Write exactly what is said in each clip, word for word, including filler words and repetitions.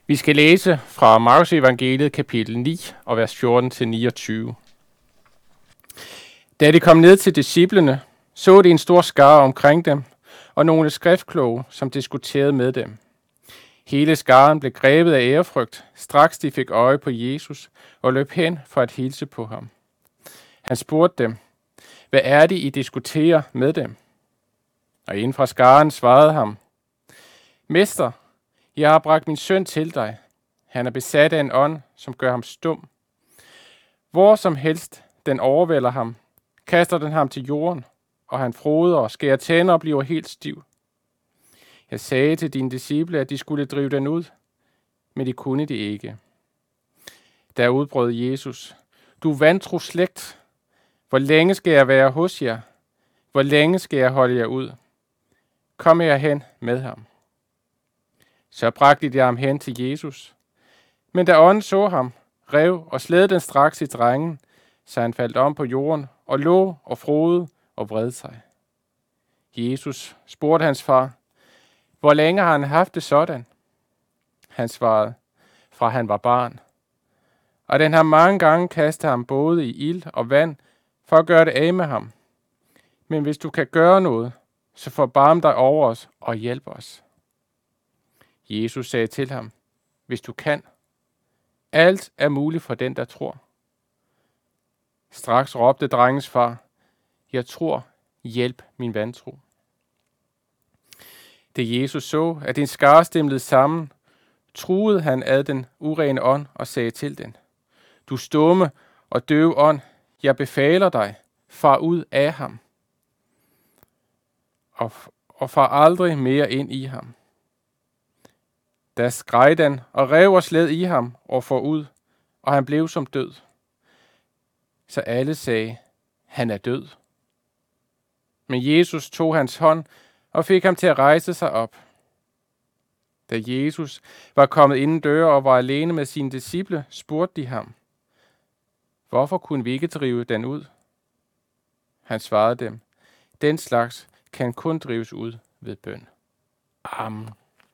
Vi skal læse fra Markus evangeliet kapitel ni og vers fjorten til niogtyve. Da de kom ned til disciplene, så de en stor skare omkring dem, og nogle skriftkloge, som diskuterede med dem. Hele skaren blev grebet af ærefrygt, straks de fik øje på Jesus og løb hen for at hilse på ham. Han spurgte dem, hvad er det, I diskuterer med dem? Og inden fra skaren svarede ham, Mester, jeg har bragt min søn til dig. Han er besat af en ånd, som gør ham stum. Hvor som helst den overvælder ham, kaster den ham til jorden, og han froder og skærer tænder og bliver helt stiv. Jeg sagde til dine disciple, at de skulle drive den ud, men de kunne det ikke. Der udbrød Jesus, du vantro slægt, hvor længe skal jeg være hos jer? Hvor længe skal jeg holde jer ud? Kom herhen med ham. Så bragte de ham hen til Jesus. Men da ånden så ham, rev og slædte den straks i drengen, så han faldt om på jorden og lå og frodede og vred sig. Jesus spurgte hans far, hvor længe har han haft det sådan? Han svarede, fra han var barn. Og den har mange gange kastet ham både i ild og vand, for at gøre det af med ham. Men hvis du kan gøre noget, så forbarm dig over os og hjælp os. Jesus sagde til ham, hvis du kan, alt er muligt for den, der tror. Straks råbte drengens far, jeg tror, hjælp min vantro. Da Jesus så, at en skare stemlede sammen, truede han ad den urene ånd og sagde til den, du stumme og døve ånd, jeg befaler dig, far ud af ham, og, og far aldrig mere ind i ham. Da skreg den og rev og sled i ham og for ud, og han blev som død. Så alle sagde, han er død. Men Jesus tog hans hånd og fik ham til at rejse sig op. Da Jesus var kommet inden døre og var alene med sine disciple, spurgte de ham, hvorfor kunne vi ikke drive den ud? Han svarede dem, den slags kan kun drives ud ved bøn. Amen.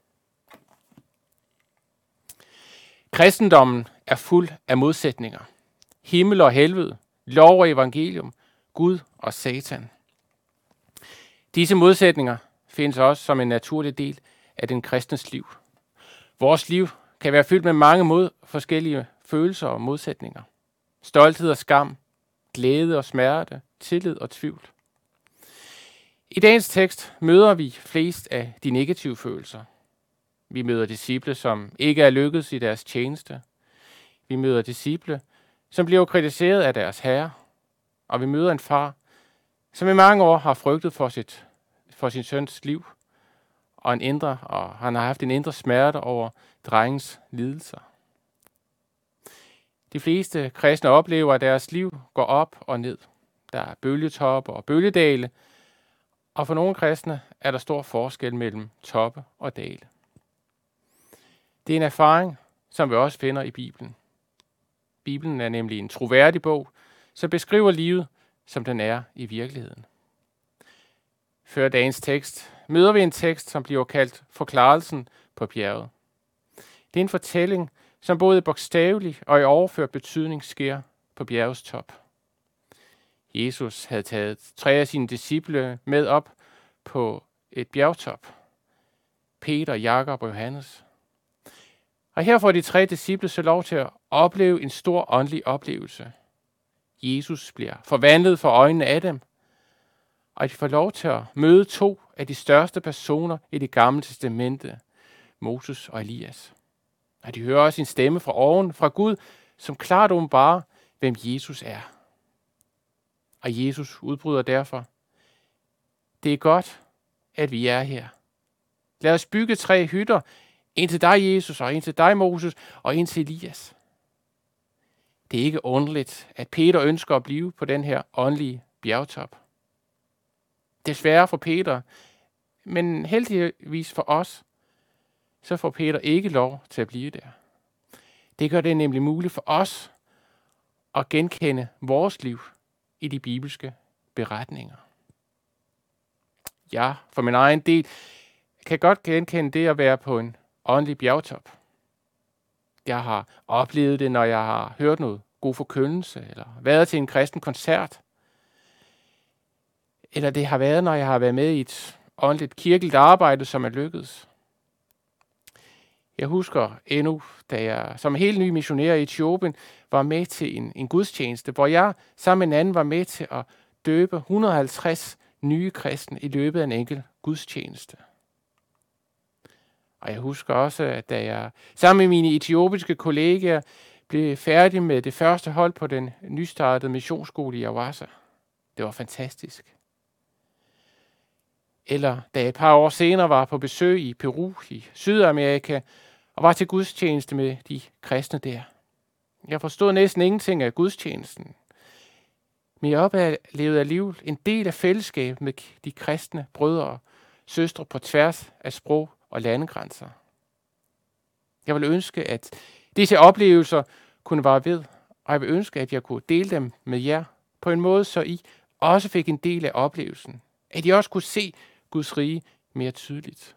Kristendommen er fuld af modsætninger. Himmel og helvede, lov og evangelium, Gud og Satan. Disse modsætninger findes også som en naturlig del af den kristnes liv. Vores liv kan være fyldt med mange mod forskellige følelser og modsætninger. Stolthed og skam, glæde og smerte, tillid og tvivl. I dagens tekst møder vi flest af de negative følelser. Vi møder disciple, som ikke er lykkedes i deres tjeneste. Vi møder disciple, som bliver kritiseret af deres herre. Og vi møder en far, som i mange år har frygtet for, sit, for sin søns liv, og, en indre, og han har haft en indre smerte over drengens lidelser. De fleste kristne oplever, at deres liv går op og ned. Der er bølgetopper og bølgedale, og for nogle kristne er der stor forskel mellem toppe og dale. Det er en erfaring, som vi også finder i Bibelen. Bibelen er nemlig en troværdig bog, som beskriver livet, som den er i virkeligheden. Før dagens tekst møder vi en tekst, som bliver kaldt Forklarelsen på bjerget. Det er en fortælling, som både bogstavelig og i overført betydning sker på bjergets top. Jesus havde taget tre af sine disciple med op på et bjergtop. Peter, Jakob og Johannes. Og her får de tre disciple så lov til at opleve en stor åndelig oplevelse. Jesus bliver forvandlet for øjnene af dem, og de får lov til at møde to af de største personer i det gamle testamente, Moses og Elias. Og de hører også en stemme fra oven, fra Gud, som klart åbenbarer, hvem Jesus er. Og Jesus udbryder derfor, det er godt, at vi er her. Lad os bygge tre hytter, en til dig, Jesus, og en til dig, Moses, og en til Elias. Det er ikke underligt, at Peter ønsker at blive på den her åndelige bjergtop. Desværre for Peter, men heldigvis for os, så får Peter ikke lov til at blive der. Det gør det nemlig muligt for os at genkende vores liv i de bibelske beretninger. Ja, for min egen del kan godt genkende det at være på en åndelig bjergtop. Jeg har oplevet det, når jeg har hørt noget god forkyndelse, eller været til en kristen koncert. Eller det har været, når jeg har været med i et åndeligt kirkeligt arbejde, som er lykkedes. Jeg husker endnu, da jeg som helt ny missionær i Etiopien var med til en, en gudstjeneste, hvor jeg sammen med en anden var med til at døbe et hundrede og halvtreds nye kristne i løbet af en enkelt gudstjeneste. Og jeg husker også, at da jeg sammen med mine etiopiske kollegaer blev færdig med det første hold på den nystartede missionsskole i Awassa. Det var fantastisk. Eller da jeg et par år senere var på besøg i Peru i Sydamerika og var til gudstjeneste med de kristne der. Jeg forstod næsten ingenting af gudstjenesten, men jeg oplevede alligevel en del af fællesskabet med de kristne brødre og søstre på tværs af sprog og landegrænser. Jeg ville ønske, at disse oplevelser kunne vare ved, og jeg vil ønske, at jeg kunne dele dem med jer på en måde, så I også fik en del af oplevelsen. At I også kunne se Guds rige mere tydeligt.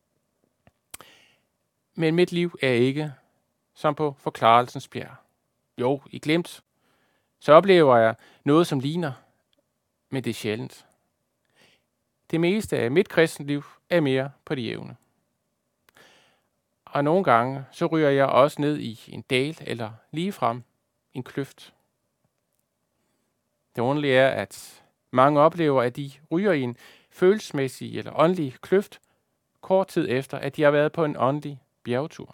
Men mit liv er ikke som på forklarelsens bjerg. Jo, I glemt, så oplever jeg noget, som ligner, men det er sjældent. Det meste af mit kristenliv er mere på det jævne. Og nogle gange, så ryger jeg også ned i en dal eller ligefrem en kløft. Det underlige er, at mange oplever, at de ryger i en følelsesmæssig eller åndelig kløft kort tid efter, at de har været på en åndelig bjergtur.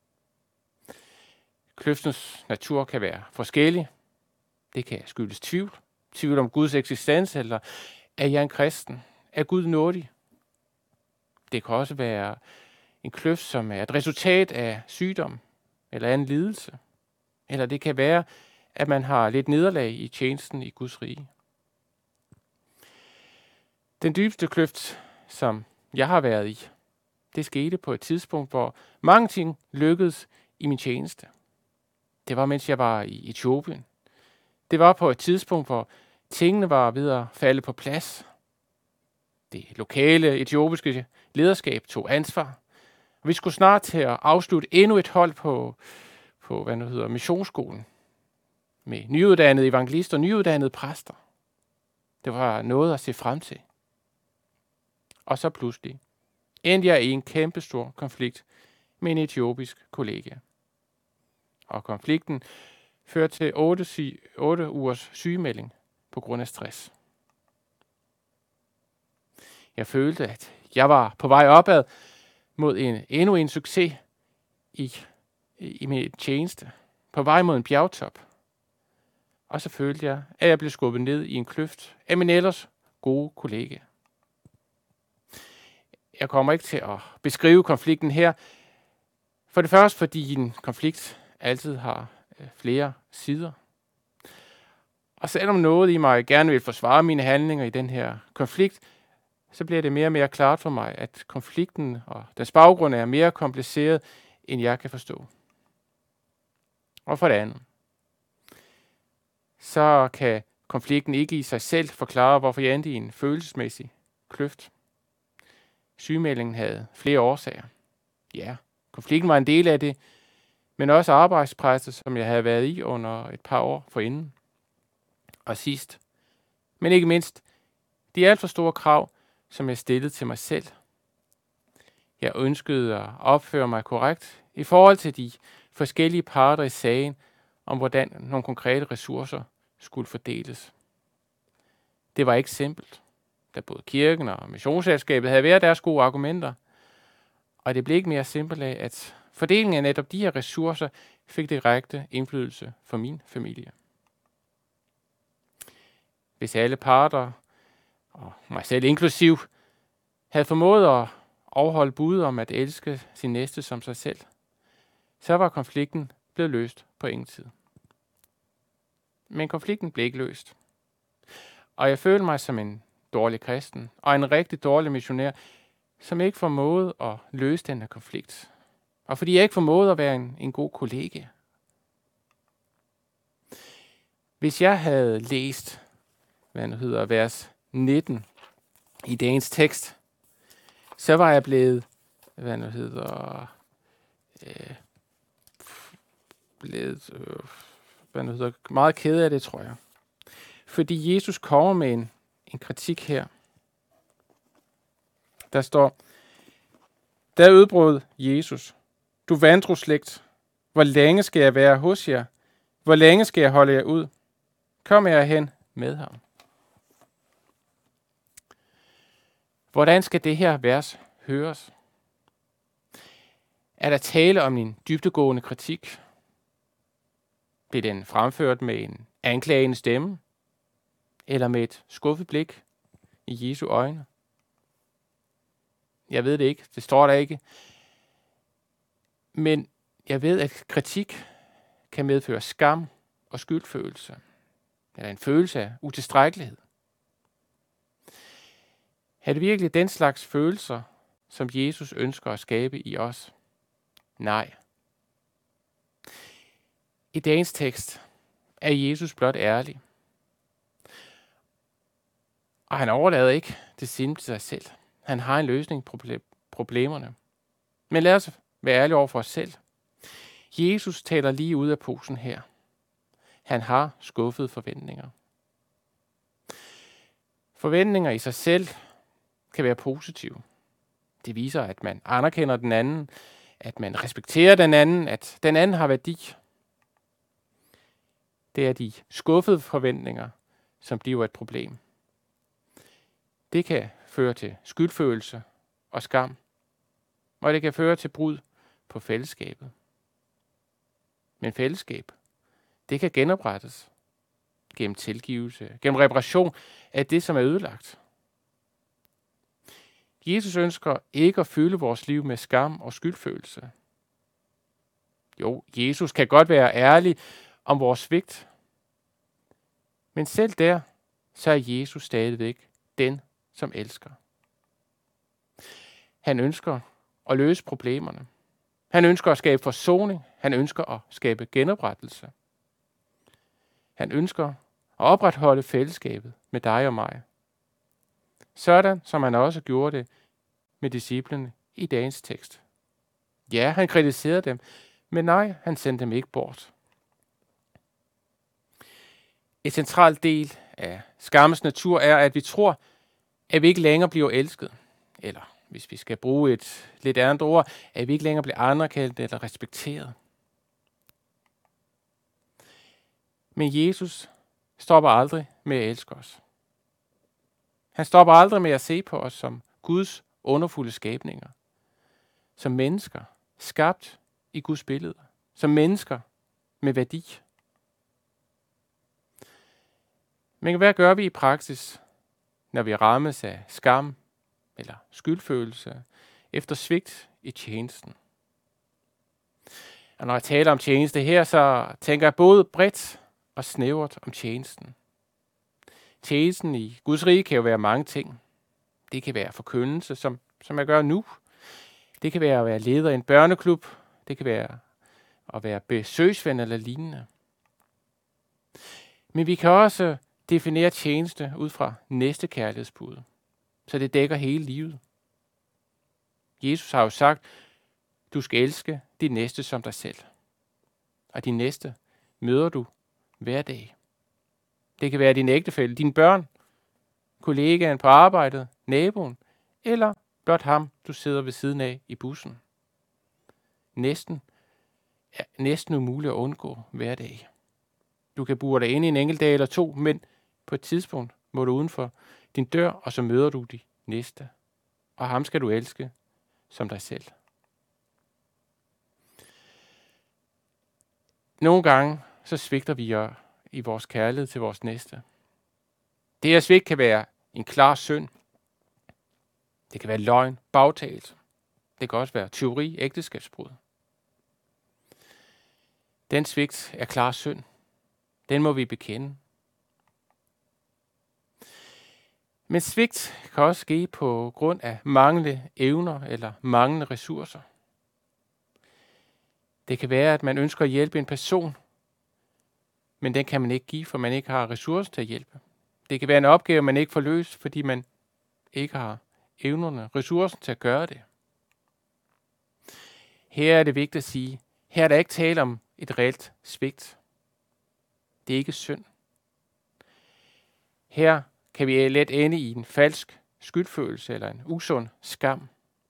Kløftens natur kan være forskellig. Det kan skyldes tvivl. Tvivl om Guds eksistens, eller er jeg en kristen? Er Gud nådig? Det kan også være en kløft, som er et resultat af sygdom eller en lidelse. Eller det kan være, at man har lidt nederlag i tjenesten i Guds rige. Den dybeste kløft, som jeg har været i, det skete på et tidspunkt, hvor mange ting lykkedes i min tjeneste. Det var, mens jeg var i Etiopien. Det var på et tidspunkt, hvor tingene var ved at falde på plads. Det lokale etiopiske lederskab tog ansvar. Og vi skulle snart til at afslutte endnu et hold på, på hvad nu hedder, missionsskolen. Med nyuddannede evangelister og nyuddannede præster. Det var noget at se frem til. Og så pludselig endte jeg i en kæmpestor konflikt med en etiopisk kollega. Og konflikten førte til otte, otte ugers sygemelding på grund af stress. Jeg følte, at jeg var på vej opad mod en, endnu en succes i, i, i min tjeneste. På vej mod en bjergtop. Og så følte jeg, at jeg blev skubbet ned i en kløft af min ellers gode kollega. Jeg kommer ikke til at beskrive konflikten her. For det første, fordi en konflikt altid har flere sider. Og selvom noget i mig gerne vil forsvare mine handlinger i den her konflikt, så bliver det mere og mere klart for mig, at konflikten og dens baggrund er mere kompliceret, end jeg kan forstå. Og for det andet, så kan konflikten ikke i sig selv forklare, hvorfor jeg endte i en følelsesmæssig kløft. Sygemeldingen havde flere årsager. Ja, konflikten var en del af det, men også arbejdspresset, som jeg havde været i under et par år forinden. Og sidst, men ikke mindst, de alt for store krav, som jeg stillede til mig selv. Jeg ønskede at opføre mig korrekt i forhold til de forskellige parter i sagen, om hvordan nogle konkrete ressourcer skulle fordeles. Det var ikke simpelt, da både kirken og missionsselskabet havde hver deres gode argumenter, og det blev ikke mere simpelt af, at fordelingen af netop de her ressourcer fik direkte indflydelse for min familie. Hvis alle parter, og mig selv inklusiv, havde formået at overholde budet om at elske sin næste som sig selv, så var konflikten blevet løst på ingen tid. Men konflikten blev ikke løst. Og jeg følte mig som en dårlig kristen og en rigtig dårlig missionær, som ikke formåede at løse den her konflikt. Og fordi jeg ikke formåede at være en, en god kollega. Hvis jeg havde læst, hvad det hedder, vers nitten i dagens tekst, så var jeg blevet, hvad det hedder, øh, blevet øh, hvad nu hedder, meget ked af det, tror jeg. Fordi Jesus kommer med en, en kritik her. Der står, der udbrød Jesus: Du vantro slægt, hvor længe skal jeg være hos jer? Hvor længe skal jeg holde jer ud? Kom her hen med ham. Hvordan skal det her vers høres? Er der tale om en dybdegående kritik? Bliver den fremført med en anklagende stemme? Eller med et skuffet blik i Jesu øjne? Jeg ved det ikke. Det står der ikke. Men jeg ved, at kritik kan medføre skam og skyldfølelse. Eller en følelse af utilstrækkelighed. Er det virkelig den slags følelser, som Jesus ønsker at skabe i os? Nej. I dagens tekst er Jesus blot ærlig. Og han overlader ikke det sinde til sig selv. Han har en løsning på problemerne. Men lad os være ærlige over for os selv. Jesus taler lige ud af posen her. Han har skuffede forventninger. Forventninger i sig selv kan være positive. Det viser, at man anerkender den anden, at man respekterer den anden, at den anden har værdi. Det er de skuffede forventninger, som bliver et problem. Det kan føre til skyldfølelse og skam, og det kan føre til brud på fællesskabet. Men fællesskab, det kan genoprettes gennem tilgivelse, gennem reparation af det, som er ødelagt. Jesus ønsker ikke at fylde vores liv med skam og skyldfølelse. Jo, Jesus kan godt være ærlig om vores svigt, men selv der, så er Jesus stadigvæk den, som elsker. Han ønsker at løse problemerne. Han ønsker at skabe forsoning. Han ønsker at skabe genoprettelse. Han ønsker at opretholde fællesskabet med dig og mig. Sådan som han også gjorde det med disciplene i dagens tekst. Ja, han kritiserede dem, men nej, han sendte dem ikke bort. Et centralt del af skammens natur er, at vi tror, at vi ikke længere bliver elsket. Eller, hvis vi skal bruge et lidt andet ord, at vi ikke længere bliver anerkendt eller respekteret. Men Jesus stopper aldrig med at elske os. Han stopper aldrig med at se på os som Guds underfulde skabninger. Som mennesker, skabt i Guds billede. Som mennesker med værdi. Men hvad gør vi i praksis, når vi rammes af skam eller skyldfølelse efter svigt i tjenesten? Og når jeg taler om tjeneste her, så tænker jeg både bredt og snævert om tjenesten. Tjenesten i Guds rige kan jo være mange ting. Det kan være forkyndelse, som, som jeg gør nu. Det kan være at være leder i en børneklub. Det kan være at være besøgsven eller lignende. Men vi kan også definere tjeneste ud fra næste kærlighedsbud, så det dækker hele livet. Jesus har jo sagt, du skal elske din næste som dig selv. Og din næste møder du hver dag. Det kan være din ægtefælle, dine børn, kollegaen på arbejdet, naboen, eller blot ham, du sidder ved siden af i bussen. Næsten er næsten umuligt at undgå hver dag. Du kan bure dig ind i en enkelt dag eller to, men på et tidspunkt må du uden for din dør, og så møder du de næste. Og ham skal du elske som dig selv. Nogle gange så svigter vi i vores kærlighed til vores næste. Det her svigt kan være en klar synd. Det kan være løgn, bagtagelse. Det kan også være tyveri, ægteskabsbrud. Den svigt er klar synd. Den må vi bekende. Men svigt kan også ske på grund af manglende evner eller manglende ressourcer. Det kan være, at man ønsker at hjælpe en person, men den kan man ikke give, for man ikke har ressourcer til at hjælpe. Det kan være en opgave, man ikke får løst, fordi man ikke har evnerne, ressourcen til at gøre det. Her er det vigtigt at sige, her er der ikke tale om et reelt svigt. Det er ikke synd. Her kan vi let ende i en falsk skyldfølelse eller en usund skam.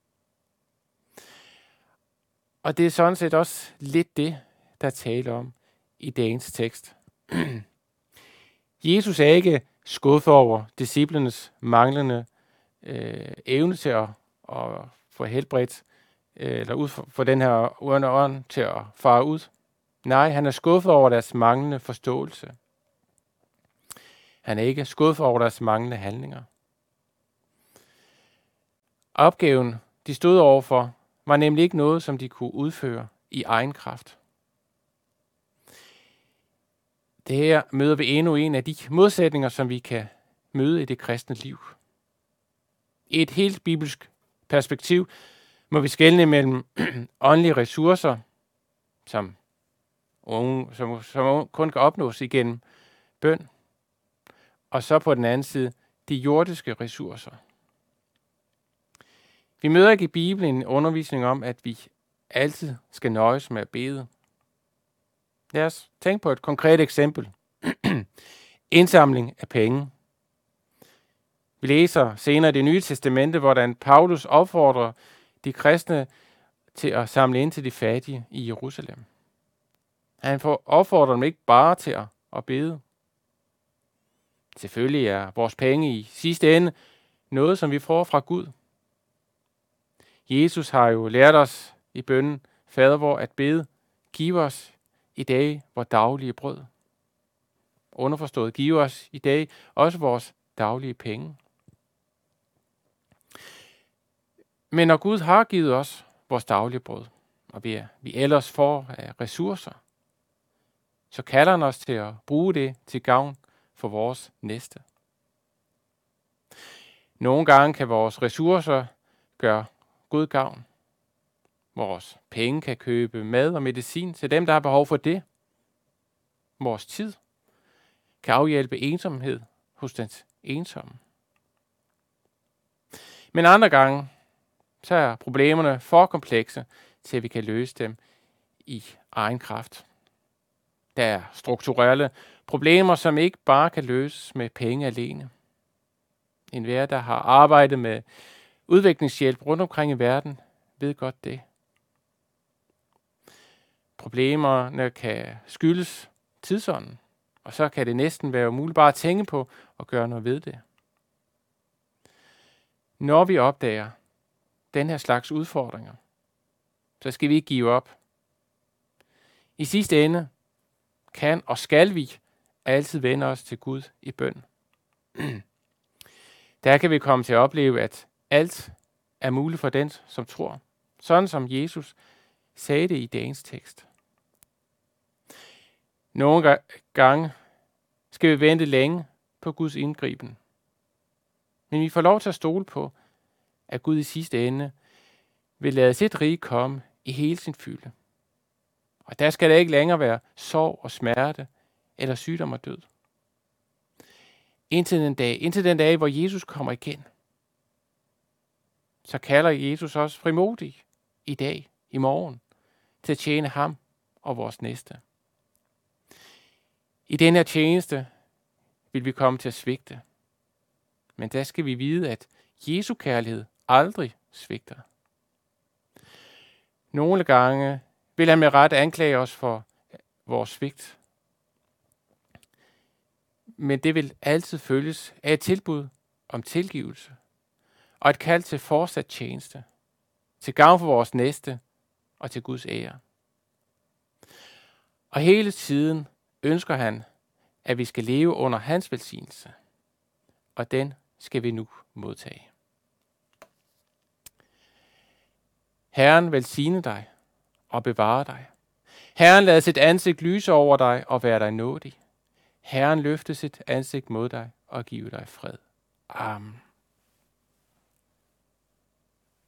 Og det er sådan set også lidt det, der taler om i dagens tekst. Jesus er ikke skuffet over disciplenes manglende øh, evne til at, at få helbredt, øh, eller ud for, for den her urende ånd til at fare ud. Nej, han er skuffet over deres manglende forståelse. Han er ikke skuffet over deres manglende handlinger. Opgaven, de stod overfor, var nemlig ikke noget, som de kunne udføre i egen kraft. Det her møder vi endnu en af de modsætninger, som vi kan møde i det kristne liv. I et helt bibelsk perspektiv må vi skelne mellem åndelige ressourcer, som, som, som kun kan opnås igennem bøn, og så på den anden side de jordiske ressourcer. Vi møder ikke i Bibelen en undervisning om, at vi altid skal nøjes med at bede. Lad os tænke på et konkret eksempel. Indsamling af penge. Vi læser senere i Det Nye Testamente, hvordan Paulus opfordrer de kristne til at samle ind til de fattige i Jerusalem. Han opfordrer dem ikke bare til at, at bede. Selvfølgelig er vores penge i sidste ende noget, som vi får fra Gud. Jesus har jo lært os i bønnen, Fader vor, at bede, giv os i dag vores daglige brød. Underforstået, giv os i dag også vores daglige penge. Men når Gud har givet os vores daglige brød, og vi, er, vi ellers får af ressourcer, så kalder han os til at bruge det til gavn for vores næste. Nogle gange kan vores ressourcer gøre god gavn. Vores penge kan købe mad og medicin til dem, der har behov for det. Vores tid kan afhjælpe ensomhed hos den ensomme. Men andre gange, så er problemerne for komplekse, til at vi kan løse dem i egen kraft. Der er strukturelle problemer, som ikke bare kan løses med penge alene. En hver, der har arbejdet med udviklingshjælp rundt omkring i verden, ved godt det. Problemerne kan skyldes tidsånden, og så kan det næsten være umuligt bare at tænke på og gøre noget ved det. Når vi opdager den her slags udfordringer, så skal vi ikke give op. I sidste ende kan og skal vi altid vende os til Gud i bøn. Der kan vi komme til at opleve, at alt er muligt for den, som tror. Sådan som Jesus sagde det i dagens tekst. Nogle gange skal vi vente længe på Guds indgriben. Men vi får lov til at stole på, at Gud i sidste ende vil lade sit rige komme i hele sin fylde. Og der skal der ikke længere være sorg og smerte eller sygdom og død. Indtil den dag, indtil den dag, hvor Jesus kommer igen, så kalder Jesus os frimodigt i dag, i morgen, til at tjene ham og vores næste. I den her tjeneste vil vi komme til at svigte. Men der skal vi vide, at Jesu kærlighed aldrig svigter. Nogle gange vil han med ret anklage os for vores svigt. Men det vil altid følges af et tilbud om tilgivelse og et kald til fortsat tjeneste, til gavn for vores næste og til Guds ære. Og hele tiden ønsker han, at vi skal leve under hans velsignelse, og den skal vi nu modtage. Herren velsigne dig og bevare dig. Herren lader sit ansigt lyse over dig og være dig nådig. Herren løfte sit ansigt mod dig og give dig fred. Amen.